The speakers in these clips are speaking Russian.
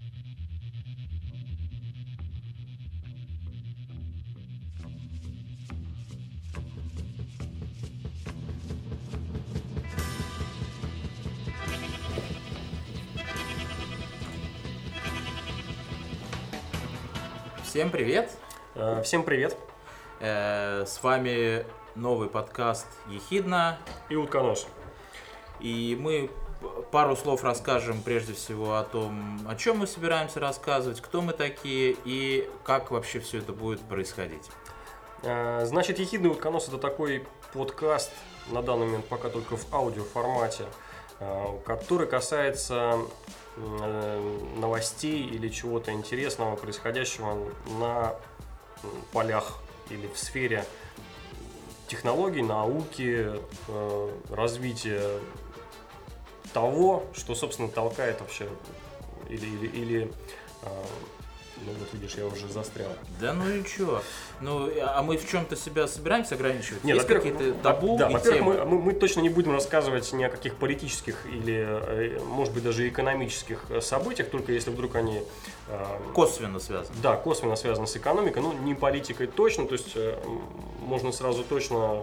Всем привет! Всем привет! С вами новый подкаст «Ехидна» и «Утконос». И мы пару слов расскажем прежде всего о том, о чем мы собираемся рассказывать, кто мы такие и как вообще все это будет происходить. Значит, «Ехидна» и «Утконос» — это такой подкаст, на данный момент пока только в аудиоформате, который касается новостей или чего-то интересного, происходящего на полях или в сфере технологий, науки, развития того, что, собственно, толкает вообще или ну вот видишь, я уже застрял. Да ну и чё? Ну, а мы в чем-то себя собираемся ограничивать? Нет, есть какие-то табу да, и во-первых, темы? мы точно не будем рассказывать ни о каких политических или, может быть, даже экономических событиях, только если вдруг они... Косвенно связаны. Да, косвенно связаны с экономикой, ну, не политикой точно, то есть можно сразу точно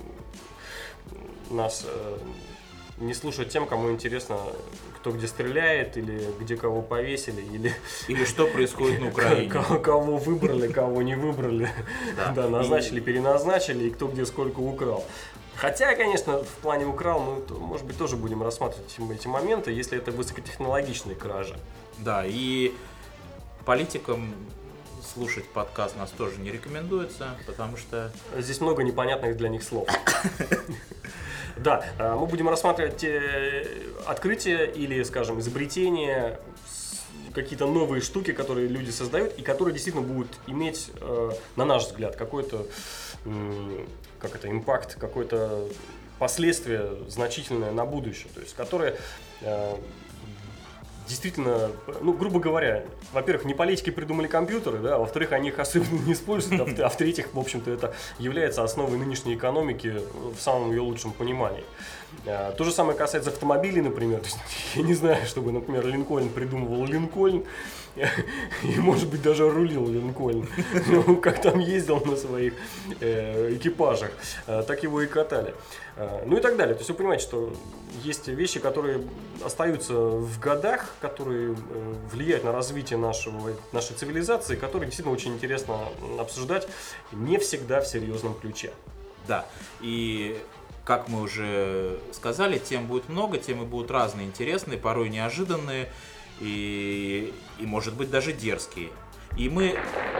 нас... не слушать тем, кому интересно, кто где стреляет, или где кого повесили, или что происходит на Украине. Кого выбрали, кого не выбрали, да, назначили, переназначили, и кто где сколько украл. Хотя, конечно, в плане украл, мы, может быть, тоже будем рассматривать эти моменты, если это высокотехнологичные кражи. Да, и политикам слушать подкаст нас тоже не рекомендуется, потому что... Здесь много непонятных для них слов. Да, мы будем рассматривать те открытия или, скажем, изобретения, какие-то новые штуки, которые люди создают и которые действительно будут иметь, на наш взгляд, какой-то, импакт, какое-то последствие значительное на будущее, то есть которые... Действительно, ну, грубо говоря, во-первых, не политики придумали компьютеры, да, а во-вторых, они их особенно не используют, а в-третьих, в общем-то, это является основой нынешней экономики в самом ее лучшем понимании. То же самое касается автомобилей, например. То есть, я не знаю, чтобы, например, Линкольн придумывал Линкольн и, может быть, даже рулил Линкольн. Ну, как там ездил на своих экипажах, так его и катали. Ну и так далее. То есть вы понимаете, что есть вещи, которые остаются в годах, которые влияют на развитие нашей цивилизации, которые действительно очень интересно обсуждать, не всегда в серьезном ключе. Да, и как мы уже сказали, тем будет много, темы будут разные, интересные, порой неожиданные и может быть даже дерзкие. И мы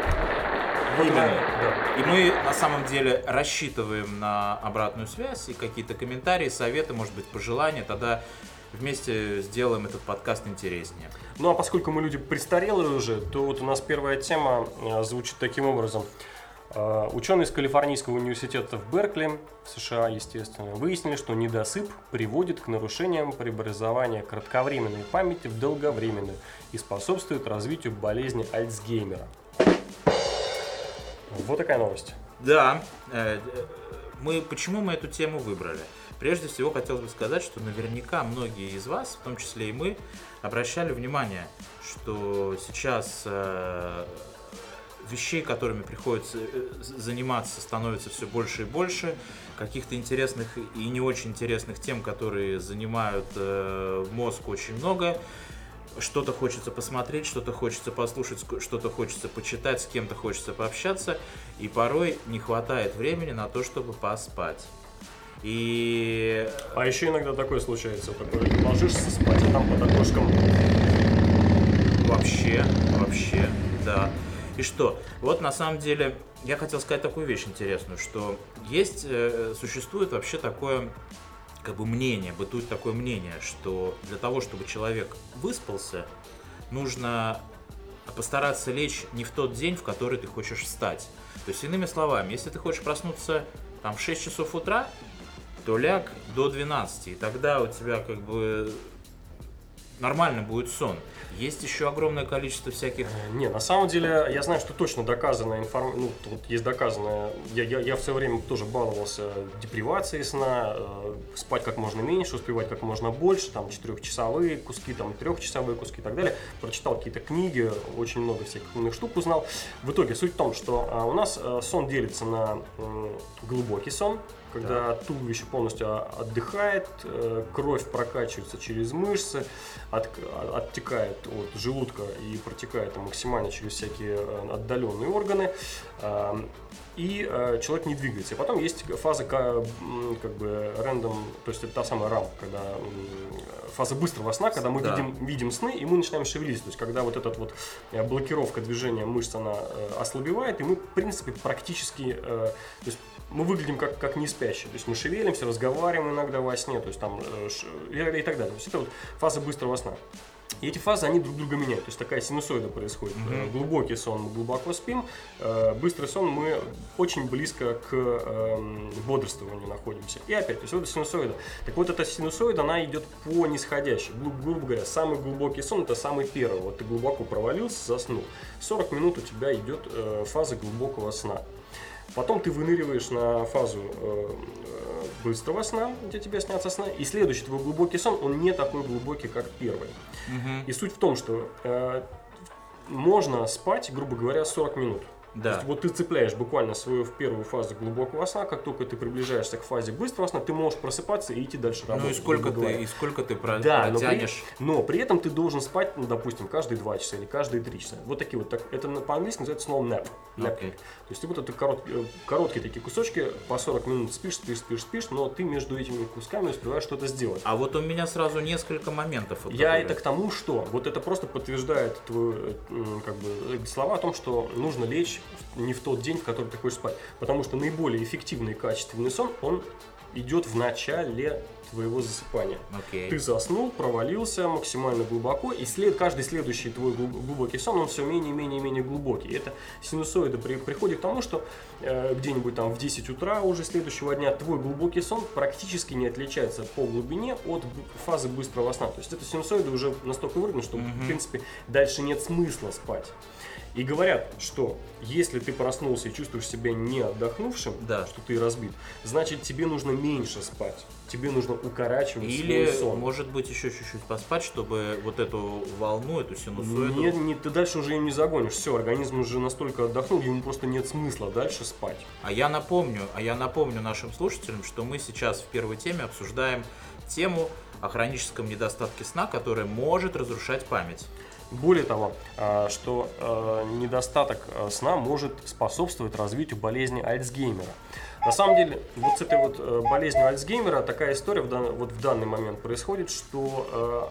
на самом деле рассчитываем на обратную связь и какие-то комментарии, советы, может быть, пожелания, тогда вместе сделаем этот подкаст интереснее. Ну а поскольку мы люди престарелые уже, то вот у нас первая тема звучит таким образом. Ученые из Калифорнийского университета в Беркли, в США, естественно, выяснили, что недосып приводит к нарушениям преобразования кратковременной памяти в долговременную и способствует развитию болезни Альцгеймера. Вот такая новость. Да, почему мы эту тему выбрали? Прежде всего, хотелось бы сказать, что наверняка многие из вас, в том числе и мы, обращали внимание, что сейчас вещей, которыми приходится заниматься, становится все больше и больше, каких-то интересных и не очень интересных тем, которые занимают мозг, очень много. Что-то хочется посмотреть, что-то хочется послушать, что-то хочется почитать, с кем-то хочется пообщаться, и порой не хватает времени на то, чтобы поспать. А еще иногда такое случается, ложишься спать, а там под окошком... Вообще, да. И что? Вот на самом деле я хотел сказать такую вещь интересную, что существует вообще такое мнение, бытует такое мнение, что для того, чтобы человек выспался, нужно постараться лечь не в тот день, в который ты хочешь встать. То есть, иными словами, если ты хочешь проснуться в 6 часов утра, то ляг до 12, и тогда у тебя нормально будет сон. Есть еще огромное количество всяких... Не, на самом деле, я знаю, что точно доказанная информация, ну, тут есть доказанная, я в свое время тоже баловался депривацией сна, спать как можно меньше, успевать как можно больше, там, 4-часовые куски, там, 3-часовые куски и так далее. Прочитал какие-то книги, очень много всяких умных штук узнал. В итоге суть в том, что у нас сон делится на глубокий сон, когда туловище полностью отдыхает, кровь прокачивается через мышцы, оттекает от желудка и протекает максимально через всякие отдаленные органы, и человек не двигается. И потом есть фаза как бы рандом, то есть это та самая RAM, когда фаза быстрого сна, когда мы видим сны и мы начинаем шевелиться. То есть когда вот эта вот блокировка движения мышц, она ослабевает, и мы, в принципе, практически, то есть мы выглядим как не спящие. То есть мы шевелимся, разговариваем иногда во сне, то есть там и так далее. То есть это вот фаза быстрого сна. И эти фазы, они друг друга меняют. То есть такая синусоида происходит. Глубокий сон мы глубоко спим, быстрый сон мы очень близко к бодрствованию находимся. И опять, то есть вот синусоида. Так вот эта синусоида, она идет по нисходящей. Грубо говоря, самый глубокий сон это самый первый. Вот ты глубоко провалился, заснул. 40 минут у тебя идет фаза глубокого сна. Потом ты выныриваешь на фазу быстрого сна, где тебе снятся сны, и следующий твой глубокий сон, он не такой глубокий, как первый. И суть в том, что можно спать, грубо говоря, 40 минут. Да. То есть вот ты цепляешь буквально свою первую фазу глубокого сна, как только ты приближаешься к фазе быстрого сна, ты можешь просыпаться и идти дальше работать. Ну и сколько ты да, протянешь? Но при этом ты должен спать, ну, допустим, каждые 2 часа или каждые 3 часа. Вот такие вот, это по-английски называется slow nap. Okay. То есть вот это короткие такие кусочки, по 40 минут спишь, но ты между этими кусками успеваешь что-то сделать. А вот у меня сразу несколько моментов. Я это к тому, что вот это просто подтверждает твои слова о том, что нужно лечь не в тот день, в который ты хочешь спать. Потому что наиболее эффективный и качественный сон, он идет в начале твоего засыпания. Okay. Ты заснул, провалился максимально глубоко, и каждый следующий твой глубокий сон, он все менее и менее глубокий. И эта синусоида приходит к тому, что где-нибудь там в 10 утра уже следующего дня твой глубокий сон практически не отличается по глубине от фазы быстрого сна. То есть эта синусоида уже настолько выражена, что в принципе дальше нет смысла спать. И говорят, что если ты проснулся и чувствуешь себя не отдохнувшим, что ты разбит, значит тебе нужно меньше спать. Тебе нужно укорачивать свой сон. Или, может быть, еще чуть-чуть поспать, чтобы вот эту волну, эту синусоиду... Нет, ты дальше уже им не загонишь. Все, организм уже настолько отдохнул, ему просто нет смысла дальше спать. А я напомню нашим слушателям, что мы сейчас в первой теме обсуждаем тему о хроническом недостатке сна, который может разрушать память. Более того, что недостаток сна может способствовать развитию болезни Альцгеймера. На самом деле, вот с этой вот болезнью Альцгеймера такая история вот в данный момент происходит, что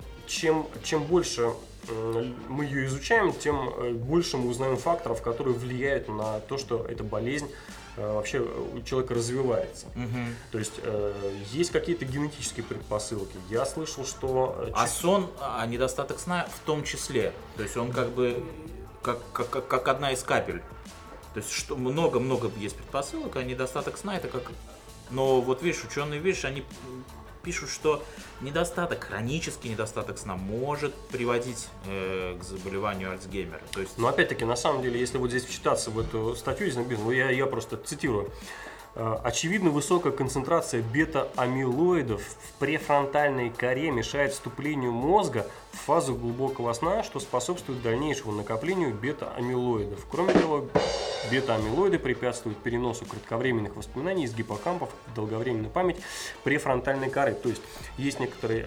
чем больше мы ее изучаем, тем больше мы узнаем факторов, которые влияют на то, что эта болезнь вообще у человека развивается. То есть есть какие-то генетические предпосылки. Я слышал, что... А сон, недостаток сна в том числе. То есть он как бы как одна из капель. То есть что много-много есть предпосылок, а недостаток сна это как... Но вот видишь, ученые, они пишут, что хронический недостаток сна может приводить к заболеванию Альцгеймера. То есть... Но опять-таки, на самом деле, если вот здесь вчитаться в эту статью, я просто цитирую. Очевидно, высокая концентрация бета-амилоидов в префронтальной коре мешает вступлению мозга в фазу глубокого сна, что способствует дальнейшему накоплению бета-амилоидов. Кроме того, бета-амилоиды препятствуют переносу кратковременных воспоминаний из гиппокампов в долговременную память префронтальной коры. То есть есть некоторый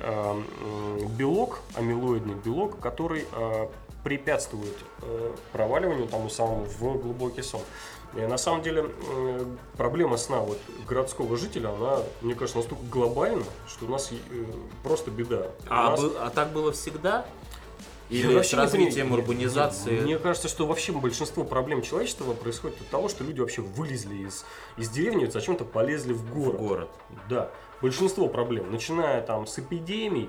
белок, амилоидный белок, который препятствует проваливанию тому самому в глубокий сон. И на самом деле проблема сна городского жителя, она, мне кажется, настолько глобальна, что у нас просто беда. А так было всегда? Или с развитием урбанизации? Мне кажется, что вообще большинство проблем человечества происходит от того, что люди вообще вылезли из деревни и зачем-то полезли в город. Да, большинство проблем, начиная там с эпидемий,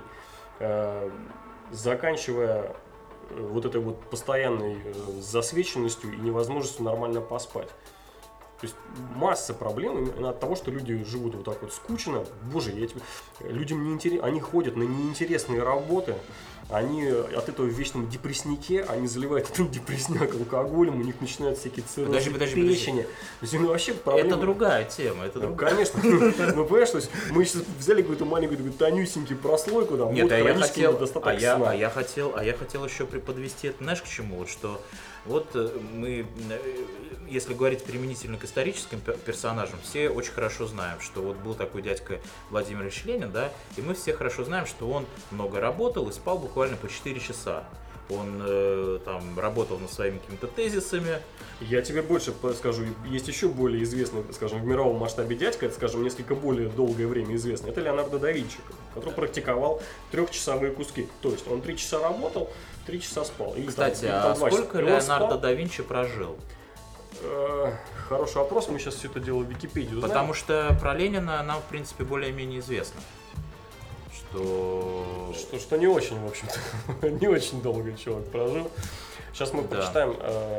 заканчивая вот этой вот постоянной засвеченностью и невозможностью нормально поспать. То есть масса проблем именно от того, что люди живут вот так вот скучно. Боже, людям неинтересно, они ходят на неинтересные работы, они от этого в вечном депрессняке, они заливают этот депрессняк алкоголем, у них начинают всякие циррозы печени. То есть, вообще проблема... Это другая тема, это другая. Конечно. Ну, понимаешь, то есть мы сейчас взяли какую-то маленькую тонюсенькую прослойку, там, нет, вот хронический недостаток сна. А я хотел еще подвести это, знаешь, к чему? Вот что вот мы, если говорить применительно к историческим персонажам, все очень хорошо знаем, что вот был такой дядька Владимир Ильич Ленин, да, и мы все хорошо знаем, что он много работал и спал буквально по 4 часа. Он там работал над своими какими-то тезисами. Я тебе больше скажу, есть еще более известный, скажем, в мировом масштабе дядька, это, скажем, несколько более долгое время известный, это Леонардо да Винчи, который практиковал 3-часовые куски. То есть он 3 часа работал, 3 часа спал. Или, кстати, там, сколько Леонардо да Винчи прожил? Хороший вопрос, мы сейчас все это дело в Википедию знаем. Потому что про Ленина нам, в принципе, более-менее известно. Что не очень, в общем-то, не очень долго человек прожил. Сейчас мы почитаем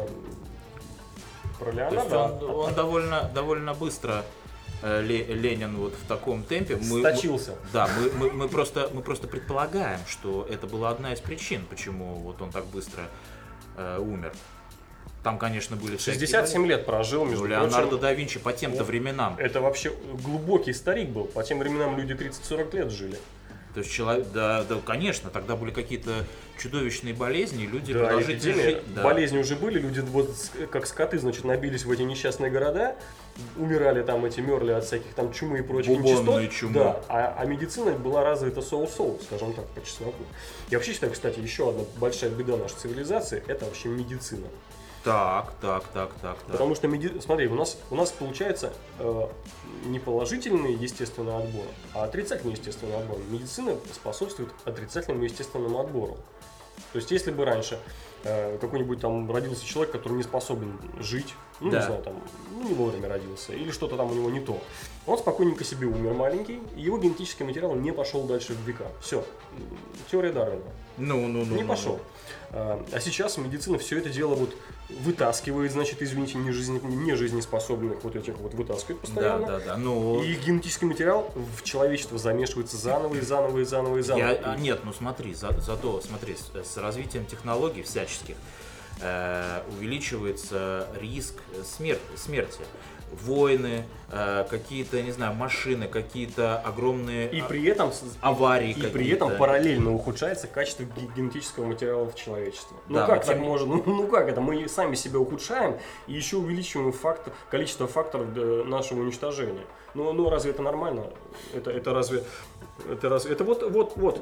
про Леонардо. Он довольно быстро, Ленин, вот в таком темпе. Сточился. Мы просто предполагаем, что это была одна из причин, почему вот он так быстро умер. Там, конечно, были 67 лет прожил, между прочим. Леонардо да Винчи по тем-то временам. Это вообще глубокий старик был. По тем временам люди 30-40 лет жили. То есть человек, да, конечно, тогда были какие-то чудовищные болезни, люди продолжительно жили. Да. Болезни уже были, люди вот как скоты, значит, набились в эти несчастные города, умирали там, мерли от всяких там чумы и прочих нечистот. Да, а медицина была развита соу-соу, скажем так, по чесноку. Я вообще считаю, кстати, еще одна большая беда нашей цивилизации – это вообще медицина. Так. Потому что, смотри, у нас получается не положительный естественный отбор, а отрицательный естественный отбор. Медицина способствует отрицательному естественному отбору. То есть, если бы раньше какой-нибудь там родился человек, который не способен жить, не знаю, там, не вовремя родился, или что-то там у него не то, он спокойненько себе умер маленький, и его генетический материал не пошел дальше в века. Все, теория Дарвина. Не пошел. А сейчас медицина все это дело вот вытаскивает, значит, извините, не жизнеспособных вот этих вот вытаскивает постоянно. И генетический материал в человечество замешивается заново. Нет, смотри, зато смотри, с развитием технологий всяческих увеличивается риск смерти. Войны, какие-то, не знаю, машины, какие-то огромные аварии. И при этом параллельно ухудшается качество генетического материала в человечестве. Как так можно? Как это? Мы сами себя ухудшаем и еще увеличиваем количество факторов нашего уничтожения. Разве это нормально? Это разве... Это вот.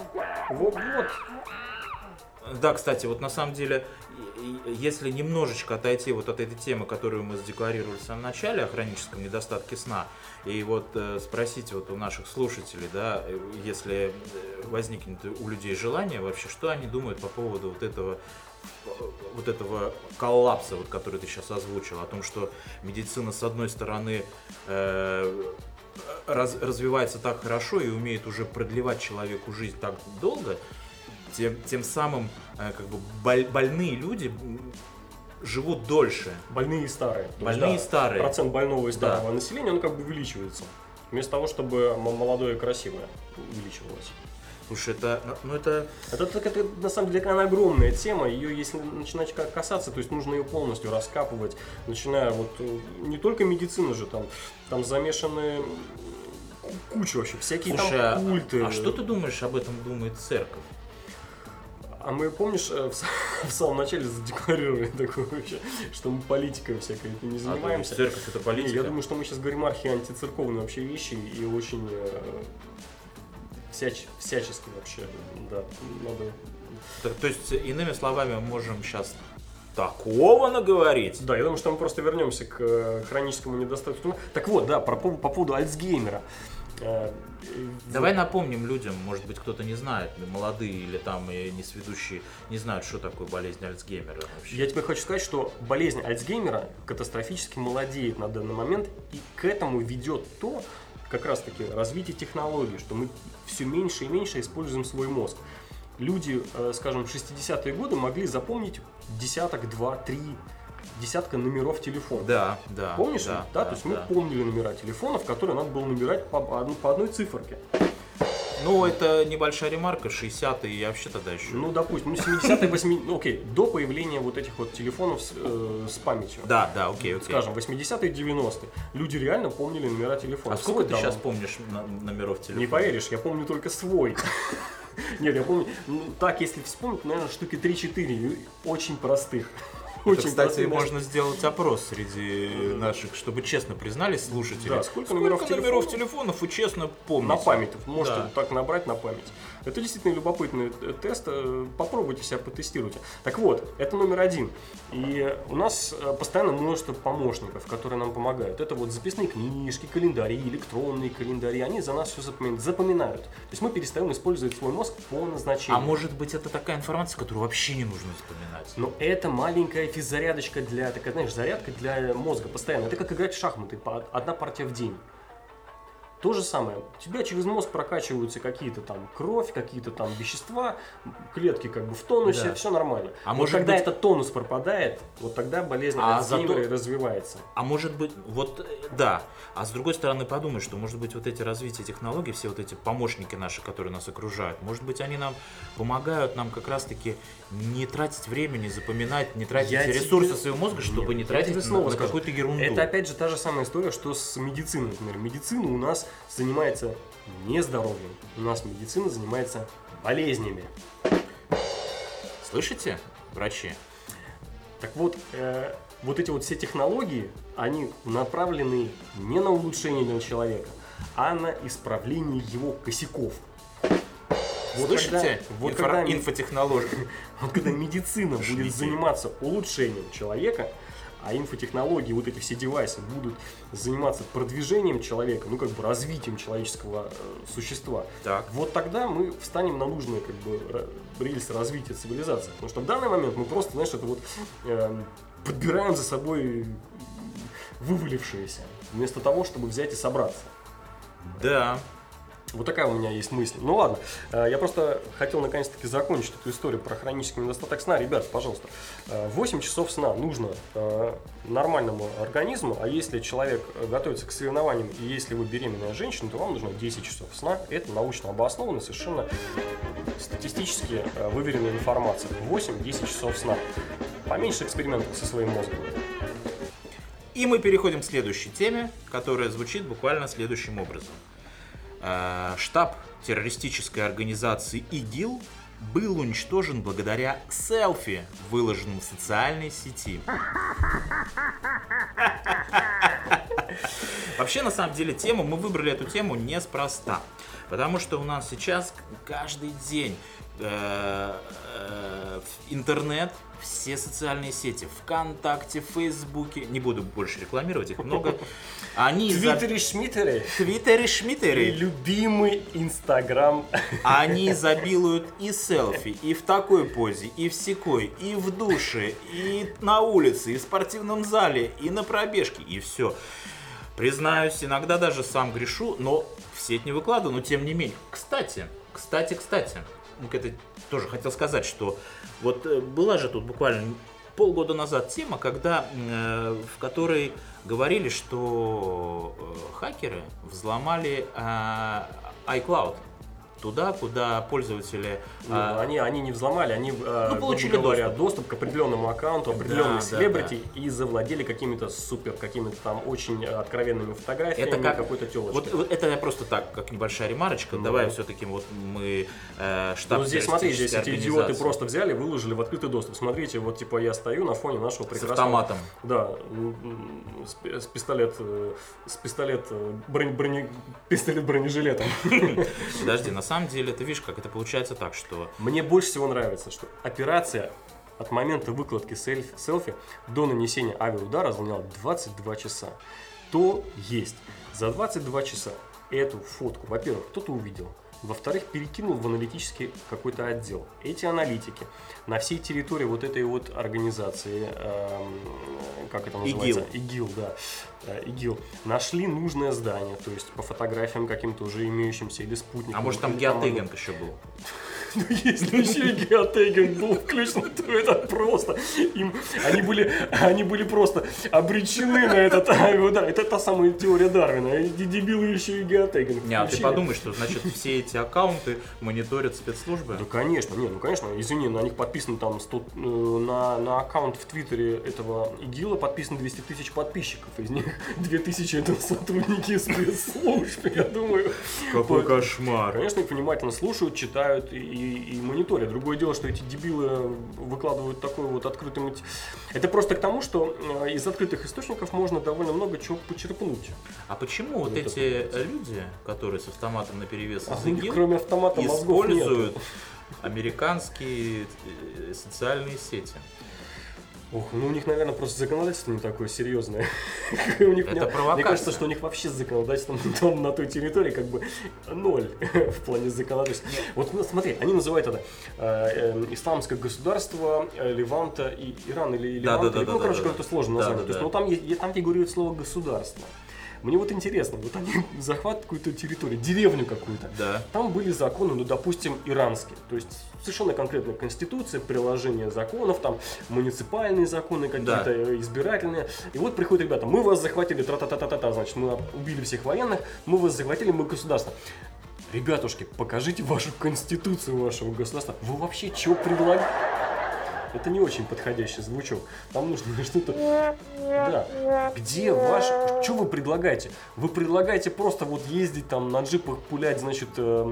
Да, кстати, вот на самом деле, если немножечко отойти вот от этой темы, которую мы задекларировали в самом начале, о хроническом недостатке сна, и вот спросить вот у наших слушателей, да, если возникнет у людей желание вообще, что они думают по поводу вот этого коллапса, вот, который ты сейчас озвучил, о том, что медицина, с одной стороны, развивается так хорошо и умеет уже продлевать человеку жизнь так долго, тем самым как бы больные люди живут дольше. Больные и старые. Старые. Процент больного и старого населения, он как бы увеличивается. Вместо того, чтобы молодое и красивое увеличивалось. Слушай, это на самом деле она огромная тема, ее если начинать касаться, то есть нужно ее полностью раскапывать, начиная вот не только медицина же, там замешаны куча вообще, всякие там культы. А что ты думаешь об этом думает церковь? А мы, помнишь, в самом начале задекларировали такое вообще, что мы политикой всякой не занимаемся. Церковь это политика? Я думаю, что мы сейчас говорим антицерковные вообще вещи и очень всячески вообще, да, надо... То есть, иными словами, мы можем сейчас такого наговорить? Да, я думаю, что мы просто вернемся к хроническому недостатку. Так вот, да, по поводу Альцгеймера. Давай напомним людям, может быть, кто-то не знает, молодые или там несведущие не знают, что такое болезнь Альцгеймера вообще. Я тебе хочу сказать, что болезнь Альцгеймера катастрофически молодеет на данный момент, и к этому ведет то, как раз таки развитие технологий, что мы все меньше и меньше используем свой мозг. Люди, скажем, в 60-е годы могли запомнить десяток, два, три десятка номеров телефона. Да, да. Помнишь? Да, да, то есть мы помнили номера телефонов, которые надо было набирать по одной циферке. Ну, это небольшая ремарка, 60-е и вообще тогда еще. Ну, допустим, 70-е, 80-е, окей, до появления вот этих вот телефонов с памятью. Да, окей. Скажем, 80-е, 90-е. Люди реально помнили номера телефона. А сколько ты сейчас помнишь номеров телефона? Не поверишь, я помню только свой. Нет, я помню, так, если вспомнить, наверное, штуки 3-4, очень простых. Это, кстати, можно сделать опрос среди наших, чтобы честно признались слушатели. Да, сколько номеров телефонов вы честно помните? На память. Можете так набрать на память. Это действительно любопытный тест. Попробуйте себя, потестируйте. Так вот, это номер один. И у нас постоянно множество помощников, которые нам помогают. Это вот записные книжки, календари, электронные календари. Они за нас все запоминают. То есть мы перестаем использовать свой мозг по назначению. А может быть, это такая информация, которую вообще не нужно запоминать? Но это маленькая физзарядочка такая, знаешь, зарядка для мозга постоянно. Это как играть в шахматы, одна партия в день. То же самое. У тебя через мозг прокачиваются какие-то там кровь, какие-то там вещества, клетки как бы в тонусе, да. Все нормально. А может когда быть... этот тонус пропадает, вот тогда болезнь Альцгеймера развивается. А может быть, вот да. А с другой стороны подумай, что может быть вот эти развития технологий, все вот эти помощники наши, которые нас окружают, может быть они нам помогают нам как раз таки не тратить времени, запоминать, не тратить ресурсы своего мозга, чтобы не тратить на какую-то ерунду. Это опять же та же самая история, что с медициной. Например, медицина у нас занимается не здоровьем, у нас медицина занимается болезнями. Слышите, врачи? Так вот, вот эти вот все технологии, они направлены не на улучшение человека, а на исправление его косяков. Вот слышите? Инфотехнологии. Вот когда медицина будет заниматься улучшением человека, а инфотехнологии, вот эти все девайсы будут заниматься продвижением человека, ну как бы развитием человеческого существа, так. Вот тогда мы встанем на нужные как бы рельсы развития цивилизации. Потому что в данный момент мы просто, знаешь, это вот подбираем за собой вывалившееся, вместо того, чтобы взять и собраться. Да. Вот такая у меня есть мысль. Ну ладно, я просто хотел наконец-таки закончить эту историю про хронический недостаток сна. Ребят, пожалуйста, 8 часов сна нужно нормальному организму, а если человек готовится к соревнованиям, и если вы беременная женщина, то вам нужно 10 часов сна. Это научно обоснованно, совершенно статистически выверенная информация. 8-10 часов сна. Поменьше экспериментов со своим мозгом. И мы переходим к следующей теме, которая звучит буквально следующим образом. Штаб террористической организации ИГИЛ был уничтожен благодаря селфи, выложенным в социальной сети. Вообще, на самом деле, мы выбрали эту тему неспроста. Потому что у нас сейчас каждый день интернет, все социальные сети, ВКонтакте, Фейсбуке, не буду больше рекламировать, их много. Твиттеры-шмиттеры. И любимый Инстаграм. Они изобилуют и селфи, и в такой позе, и в сякой, и в душе, и на улице, и в спортивном зале, и на пробежке, и все. Признаюсь, иногда даже сам грешу, но в сеть не выкладываю, но тем не менее. Кстати, это тоже хотел сказать, что вот была же тут буквально полгода назад тема, в которой говорили, что хакеры взломали iCloud. Туда, куда пользователи... Они не взломали, они получили доступ к определенному аккаунту, определенных селебрити и завладели какими-то там очень откровенными фотографиями, это какой-то телочкой. Вот это я просто так, как небольшая ремарочка. Давай все-таки вот мы штаб здесь смотри, здесь эти идиоты просто взяли, выложили в открытый доступ. Смотрите, вот типа я стою на фоне нашего прекрасного... С автоматом. Да, с пистолет-бронежилетом. Подожди, на самом деле, ты видишь, как это получается так, что... Мне больше всего нравится, что операция от момента выкладки селфи до нанесения авиаудара заняла 22 часа. То есть за 22 часа эту фотку, во-первых, кто-то увидел, во-вторых, перекинул в аналитический какой-то отдел. Эти аналитики на всей территории вот этой вот организации, как это называется? ИГИЛ, да. ИГИЛ. Нашли нужное здание, то есть по фотографиям каким-то уже имеющимся или спутникам. А может там геотегинг еще был? Ну, если еще и геотейгинг был включен, то это просто... Они были просто обречены на этот... Да, это та самая теория Дарвина. Эти дебилы еще и геотейгинг. Не, а ты подумай, что значит все эти аккаунты мониторят спецслужбы? Да, конечно, конечно, извини, на них подписано там 100, на аккаунт в Твиттере этого ИГИЛа подписано 200 тысяч подписчиков, из них 2000 это сотрудники спецслужб, я думаю. Какой кошмар. Конечно, их внимательно слушают, читают и мониторят. Другое дело, что эти дебилы выкладывают такой вот открытый материал. Это просто к тому, что из открытых источников можно довольно много чего почерпнуть. А почему вот эти люди, которые с автоматом наперевес из ИГИЛ, кроме автомата мозгов нет? используют американские социальные сети? Ох, ну у них, наверное, просто законодательство не такое серьезное. Мне кажется, что у них вообще с законодательством на той территории как бы ноль в плане законодательства. Вот смотри, они называют это исламское государство Леванта и Иран или Леванта. Ну, короче, как-то сложно название. То есть, там фигурирует слово государство. Мне вот интересно, вот они захватывают какую-то территорию, деревню какую-то. Да. Там были законы, ну, допустим, иранские. То есть совершенно конкретная конституция, приложение законов, там муниципальные законы какие-то, да, избирательные. И вот приходят ребята, мы вас захватили, тра-та-та-та-та, значит, мы убили всех военных, мы вас захватили, мы государство. Ребятушки, покажите вашу конституцию вашего государства. Вы вообще что предлагаете? Это не очень подходящий звучок. Там нужно что-то... Да. Где ваш... Что вы предлагаете? Вы предлагаете просто вот ездить там на джипах, пулять, значит,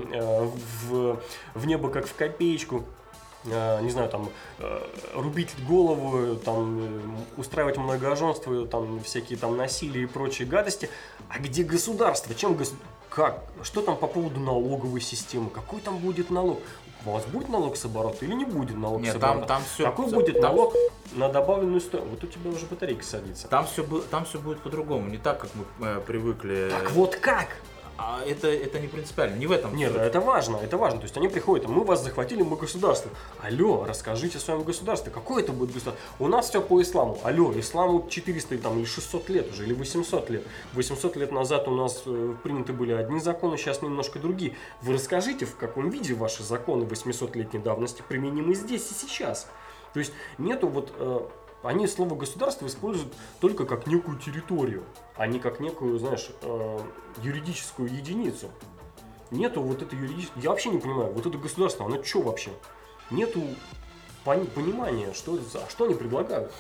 в небо как в копеечку. Не знаю, там, рубить голову, там, устраивать многоженство, там, всякие там насилия и прочие гадости. А где государство? Чем государство? Как? Что там по поводу налоговой системы? Какой там будет налог? У вас будет налог с оборота или не будет налог с оборота? Там все, какой будет налог на добавленную стоимость? Вот у тебя уже батарейка садится. Там все будет по-другому, не так, как мы привыкли. Так вот как? А это не принципиально, не в этом. Нет, это важно. То есть они приходят, мы вас захватили, мы государство. Алло, расскажите о своем государстве. Какое это будет государство? У нас все по исламу. Алло, исламу 400 там, или 600 лет уже, или 800 лет. 800 лет назад у нас приняты были одни законы, сейчас немножко другие. Вы расскажите, в каком виде ваши законы 800-летней давности применимы здесь и сейчас. То есть нету вот... Они слово государство используют только как некую территорию, а не как некую, знаешь, юридическую единицу. Нету вот этой юридической... Я вообще не понимаю, вот это государство, оно что вообще? Нету понимания, что они предлагают.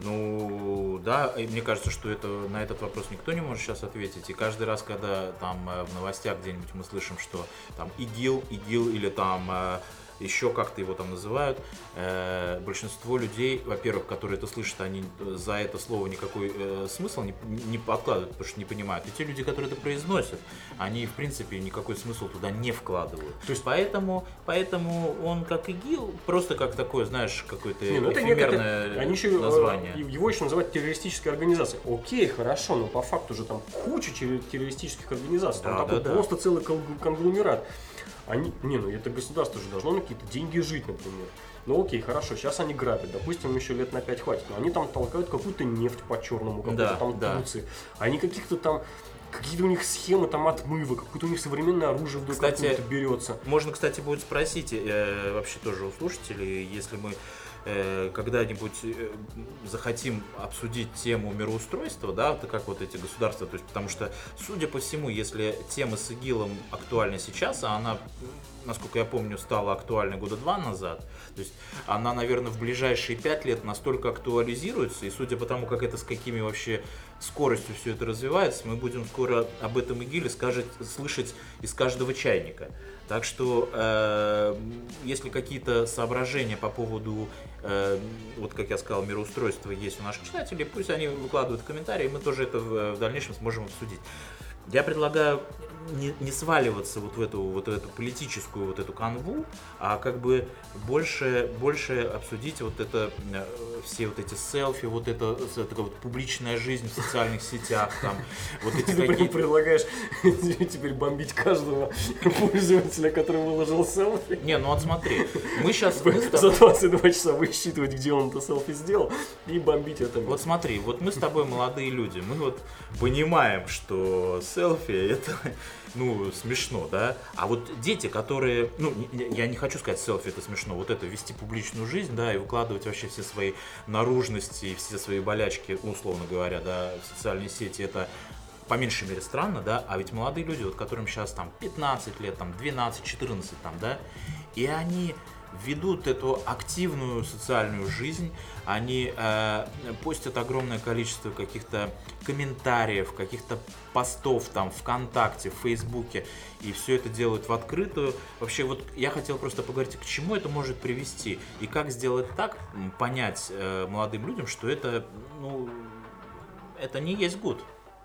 Ну, да, и мне кажется, что на этот вопрос никто не может сейчас ответить. И каждый раз, когда там в новостях где-нибудь мы слышим, что там ИГИЛ или там... еще как-то его там называют, большинство людей, во-первых, которые это слышат, они за это слово никакой смысл не подкладывают, потому что не понимают. И те люди, которые это произносят, они, в принципе, никакой смысл туда не вкладывают. То есть поэтому он как ИГИЛ, просто как такое, знаешь, какое-то эфемерное название. Его еще называют террористической организацией. Окей, хорошо, но по факту же там куча террористических организаций. Там просто целый конгломерат. Ну это государство же должно на какие-то деньги жить, например. Ну окей, хорошо, сейчас они грабят, допустим, еще лет на 5 хватит. Но они там толкают какую-то нефть по-черному, какую-то там Турции. Они какие-то у них схемы там отмыва, какое-то у них современное оружие вдруг откуда-то берется. Можно, кстати, будет спросить вообще тоже у слушателей, если мы когда-нибудь захотим обсудить тему мироустройства, да, это как вот эти государства, то есть, потому что, судя по всему, если тема с ИГИЛом актуальна сейчас, а она, насколько я помню, стала актуальной года 2 назад, то есть она, наверное, в ближайшие 5 лет настолько актуализируется, и судя по тому, как это, с какими вообще скоростью все это развивается, мы будем скоро об этом ИГИЛе слышать из каждого чайника. Так что, если какие-то соображения по поводу, вот как я сказал, мироустройства есть у наших читателей, пусть они выкладывают в комментарии, мы тоже это в дальнейшем сможем обсудить. Я предлагаю не сваливаться вот в эту политическую вот эту канву, а как бы больше обсудить вот это, все вот эти селфи, вот это вот публичная жизнь в социальных сетях, там, вот эти какие-то... Ты предлагаешь теперь бомбить каждого пользователя, который выложил селфи? Не, ну вот смотри, мы сейчас... За 22 часа высчитывать, где он это селфи сделал, и бомбить это. Вот смотри, вот мы с тобой молодые люди, мы вот понимаем, что селфи смешно, да. А вот дети, которые, я не хочу сказать, селфи это смешно, вот это вести публичную жизнь, да, и выкладывать вообще все свои наружности, и все свои болячки, условно говоря, да, в социальные сети, это по меньшей мере странно, да, а ведь молодые люди, вот которым сейчас там 15 лет, там 12, 14, там, да, и они ведут эту активную социальную жизнь, они постят огромное количество каких-то комментариев, каких-то постов там ВКонтакте, в Фейсбуке, и все это делают в открытую. Вообще, вот я хотел просто поговорить, к чему это может привести, и как сделать так, понять молодым людям, что это, это не есть good.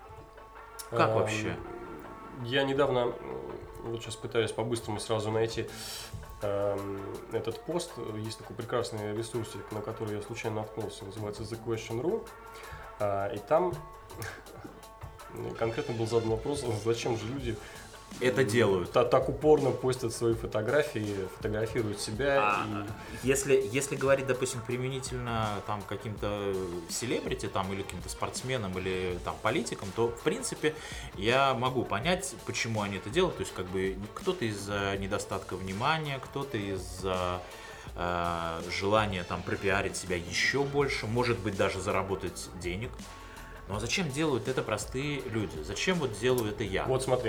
Как вообще? Я недавно, вот сейчас пытаюсь по-быстрому сразу найти этот пост. Есть такой прекрасный ресурсик, на который я случайно наткнулся, называется TheQuestion.ru. И там конкретно был задан вопрос, зачем же люди это делают. Так упорно постят свои фотографии, фотографируют себя. Если говорить, допустим, применительно там каким-то селебрити там, или каким-то спортсменам или там политикам, то в принципе я могу понять, почему они это делают. То есть как бы кто-то из-за недостатка внимания, кто-то из-за желания там пропиарить себя еще больше, может быть даже заработать денег. Ну а зачем делают это простые люди? Зачем вот делаю это я? Вот смотри,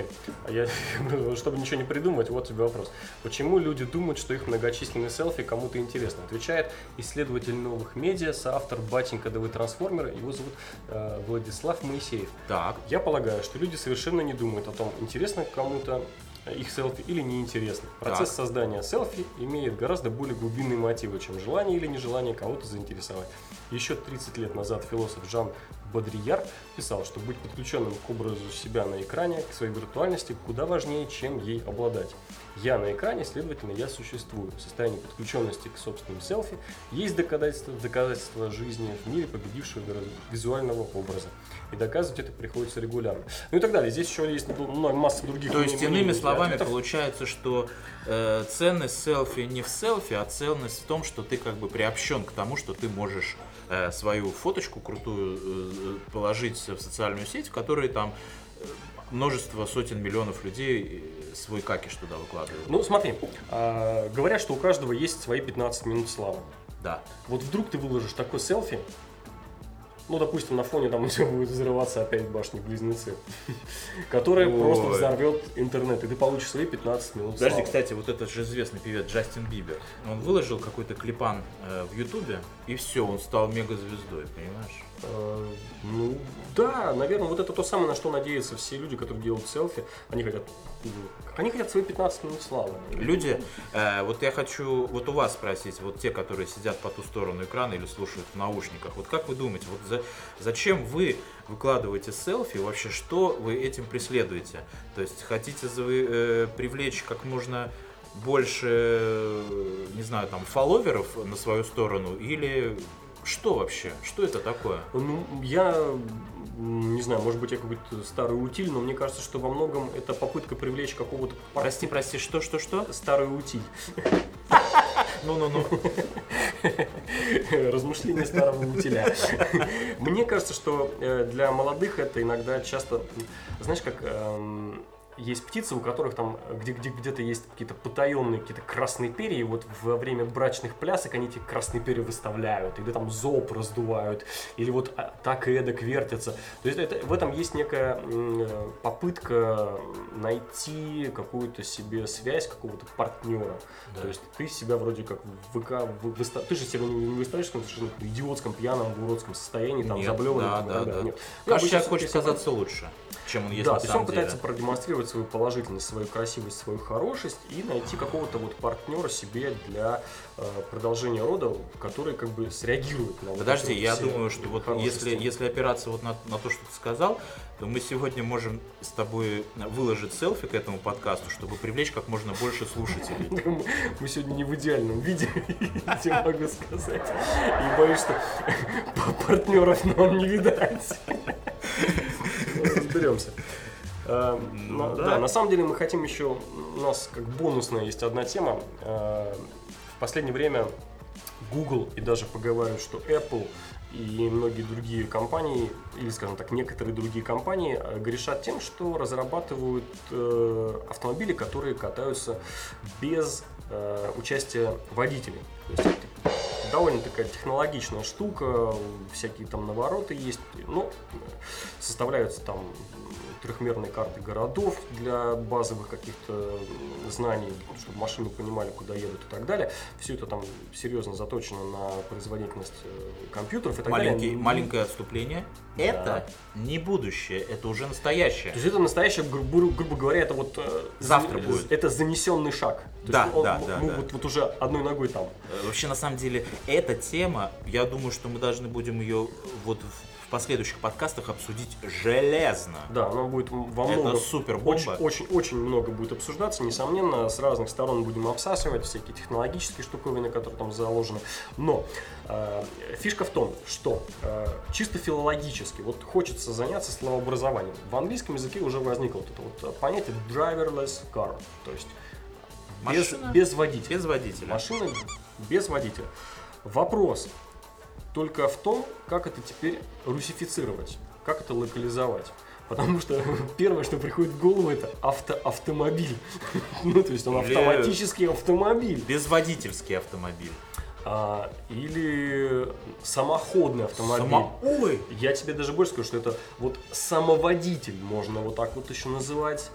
чтобы ничего не придумать, вот тебе вопрос. Почему люди думают, что их многочисленные селфи кому-то интересны? Отвечает исследователь новых медиа, соавтор «Батенька, да вы трансформеры», его зовут Владислав Моисеев. Так. Я полагаю, что люди совершенно не думают о том, интересно кому-то их селфи или неинтересно. Процесс создания селфи имеет гораздо более глубинные мотивы, чем желание или нежелание кого-то заинтересовать. Еще 30 лет назад философ Жан Бодрияр писал, что быть подключенным к образу себя на экране, к своей виртуальности, куда важнее, чем ей обладать. Я на экране, следовательно, я существую. В состоянии подключенности к собственным селфи есть доказательства жизни в мире победившего визуального образа. И доказывать это приходится регулярно. Ну и так далее. Здесь еще есть масса других. То есть, иными словами, получается, что ценность селфи не в селфи, а ценность в том, что ты как бы приобщен к тому, что ты можешь свою фоточку крутую положить в социальную сеть, в которой там множество сотен миллионов людей свой какиш туда выкладывают. Ну смотри, говорят, что у каждого есть свои 15 минут славы. Да. Вот вдруг ты выложишь такой селфи, ну, допустим, на фоне там у тебя будет взрываться опять башни-близнецы, которая просто взорвет интернет, и ты получишь свои 15 минут славы. Подожди, кстати, вот этот же известный певец Джастин Бибер, он выложил какой-то клипан в Ютубе, и все, он стал мегазвездой, понимаешь? Ну, да, наверное, вот это то самое, на что надеются все люди, которые делают селфи. Они хотят свои 15 минут славы. Люди, вот я хочу вот у вас спросить, вот те, которые сидят по ту сторону экрана или слушают в наушниках, вот как вы думаете, вот зачем вы выкладываете селфи, вообще что вы этим преследуете? То есть хотите привлечь как можно больше, не знаю, там, фолловеров на свою сторону или... Что вообще? Что это такое? Ну, я не знаю, может быть, я какой-то старый утиль, но мне кажется, что во многом это попытка привлечь какого-то... Прости, что? Старый утиль. Ну. Размышления старого утиля. Мне кажется, что для молодых это иногда часто, знаешь, как... Есть птицы, у которых там где-то есть какие-то потаенные, какие-то красные перья, и вот во время брачных плясок они эти красные перья выставляют, или там зоб раздувают, или вот так и эдак вертятся. То есть в этом есть некая попытка найти какую-то себе связь, какого-то партнера. Да. То есть ты себя вроде как в ВК, ты же себя не выставляешь в каком-то совершенно идиотском, пьяном, уродском состоянии, там, заблеванном. Да. Каждый человек хочет казаться лучше, чем он есть на самом деле. Да, он пытается продемонстрировать свою положительность, свою красивость, свою хорошесть и найти какого-то вот партнера себе для продолжения рода, который как бы среагирует на... Подожди, я думаю, что вот если опираться вот на то, что ты сказал, то мы сегодня можем с тобой выложить селфи к этому подкасту, чтобы привлечь как можно больше слушателей. Мы сегодня не в идеальном виде, я могу сказать. И боюсь, что партнеров нам не видать. Разберемся. Да, на самом деле мы хотим еще, у нас как бонусная есть одна тема. В последнее время Google и даже поговаривают, что Apple и многие другие компании, или, скажем так, некоторые другие компании грешат тем, что разрабатывают автомобили, которые катаются без участия водителей. То есть это довольно такая технологичная штука, всякие там навороты есть, но составляются там трехмерные карты городов для базовых каких-то знаний, чтобы машины понимали, куда едут и так далее. Все это там серьезно заточено на производительность компьютеров и так далее. Маленькое отступление. Да. Это не будущее, это уже настоящее. То есть это настоящее, грубо говоря, это вот завтра будет. Это занесенный шаг. Да, да. Вот уже одной ногой там. Вообще, на самом деле, эта тема, я думаю, что мы должны будем ее вот в последующих подкастах обсудить железно. Да, она будет во много. Это супер бомба. Очень много будет обсуждаться, несомненно, с разных сторон будем обсасывать всякие технологические штуковины, которые там заложены. Но фишка в том, что чисто филологически вот хочется заняться словообразованием. В английском языке уже возникло вот это вот понятие driverless car, то есть без водителя. Без водителя. Машина без водителя. Вопрос только в том, как это теперь русифицировать, как это локализовать. Потому что первое, что приходит в голову, это автомобиль. Ну, то есть он автоматический автомобиль. Безводительский автомобиль. Или самоходный автомобиль. Ой! Я тебе даже больше скажу, что это вот самоводитель, можно вот так вот еще называть.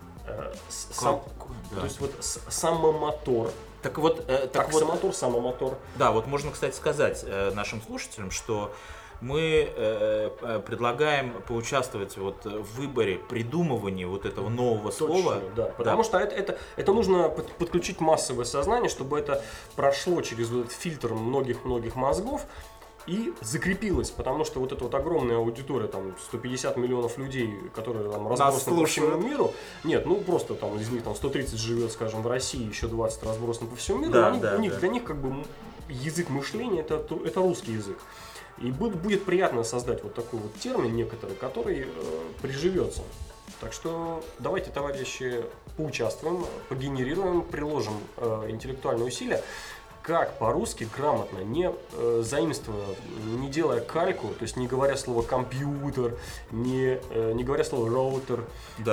То есть вот самомотор. Так вот, таксомотор, самомотор. Да, вот можно, кстати, сказать нашим слушателям, что мы предлагаем поучаствовать вот в выборе, придумывании вот этого нового слова. Да, потому что это нужно подключить массовое сознание, чтобы это прошло через вот этот фильтр многих мозгов и закрепилось, потому что вот эта вот огромная аудитория, там 150 миллионов людей, которые там разбросаны по всему миру, нет, ну просто там из них там 130 живет, скажем, в России, еще 20 разбросаны по всему миру, для них как бы язык мышления это русский язык. И будет приятно создать вот такой вот термин некоторый, который приживется. Так что давайте, товарищи, поучаствуем, погенерируем, приложим интеллектуальные усилия. Как по-русски грамотно, не заимствуя, не делая кальку, то есть не говоря слово компьютер, не говоря слово роутер,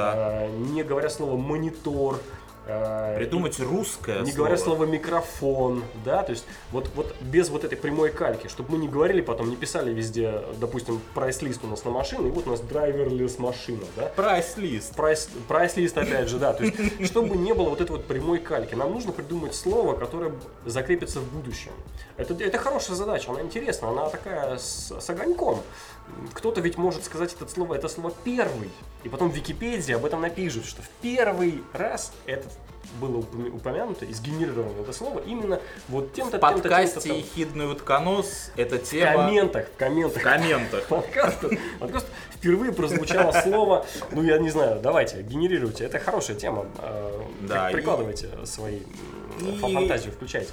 не говоря слово монитор, придумать русское не говоря слово микрофон, да, то есть вот без вот этой прямой кальки, чтобы мы не говорили потом, не писали везде, допустим, прайс-лист у нас на машине, и вот у нас драйверлес машина, да. Прайс-лист. Прайс-лист опять же, да, то есть чтобы не было вот этой вот прямой кальки, нам нужно придумать слово, которое закрепится в будущем. Это хорошая задача, она интересна, она такая с огоньком. Кто-то ведь может сказать это слово первый, и потом в Википедии об этом напишут, что в первый раз это было упомянуто и сгенерировано это слово именно вот тем-то. В подкасте «Ехидный утконос» эта тема... В комментах. Подкаста впервые прозвучало слово, ну я не знаю, давайте, генерируйте, это хорошая тема, прикладывайте свои фантазию, включайте.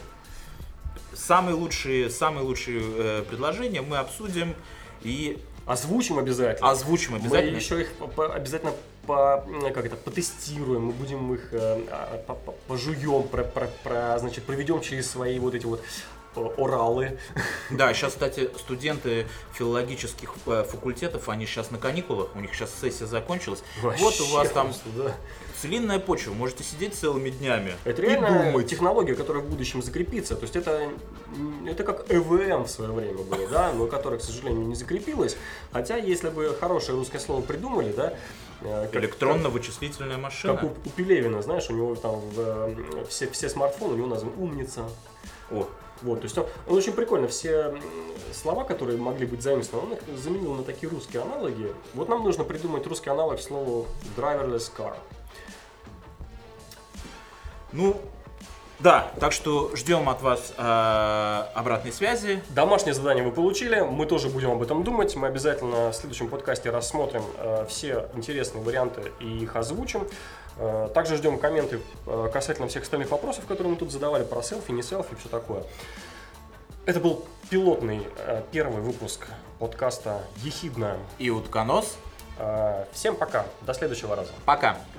Самые лучшие предложения мы обсудим и озвучим обязательно. Мы еще их обязательно потестируем, мы будем их пожуем, значит, проведем через свои вот эти вот оралы. Да, сейчас, кстати, студенты филологических факультетов, они сейчас на каникулах, у них сейчас сессия закончилась. Вообще вот у вас там да. целинная почва, можете сидеть целыми днями. Это реально технология, которая в будущем закрепится. То есть это как ЭВМ в свое время было, да, но которая, к сожалению, не закрепилась. Хотя, если бы хорошее русское слово придумали, да, электронно-вычислительная машина. Как у Пелевина, знаешь, у него там все смартфоны, у него назван «умница». Вот, то есть он очень прикольно, все слова, которые могли быть заимствованы, он их заменил на такие русские аналоги. Вот нам нужно придумать русский аналог слову driverless car. Ну, да, так что ждем от вас обратной связи. Домашнее задание вы получили, мы тоже будем об этом думать. Мы обязательно в следующем подкасте рассмотрим все интересные варианты и их озвучим. Также ждем комменты касательно всех остальных вопросов, которые мы тут задавали, про селфи, не селфи, все такое. Это был пилотный первый выпуск подкаста «Ехидна» и «Утконос». Всем пока, до следующего раза. Пока.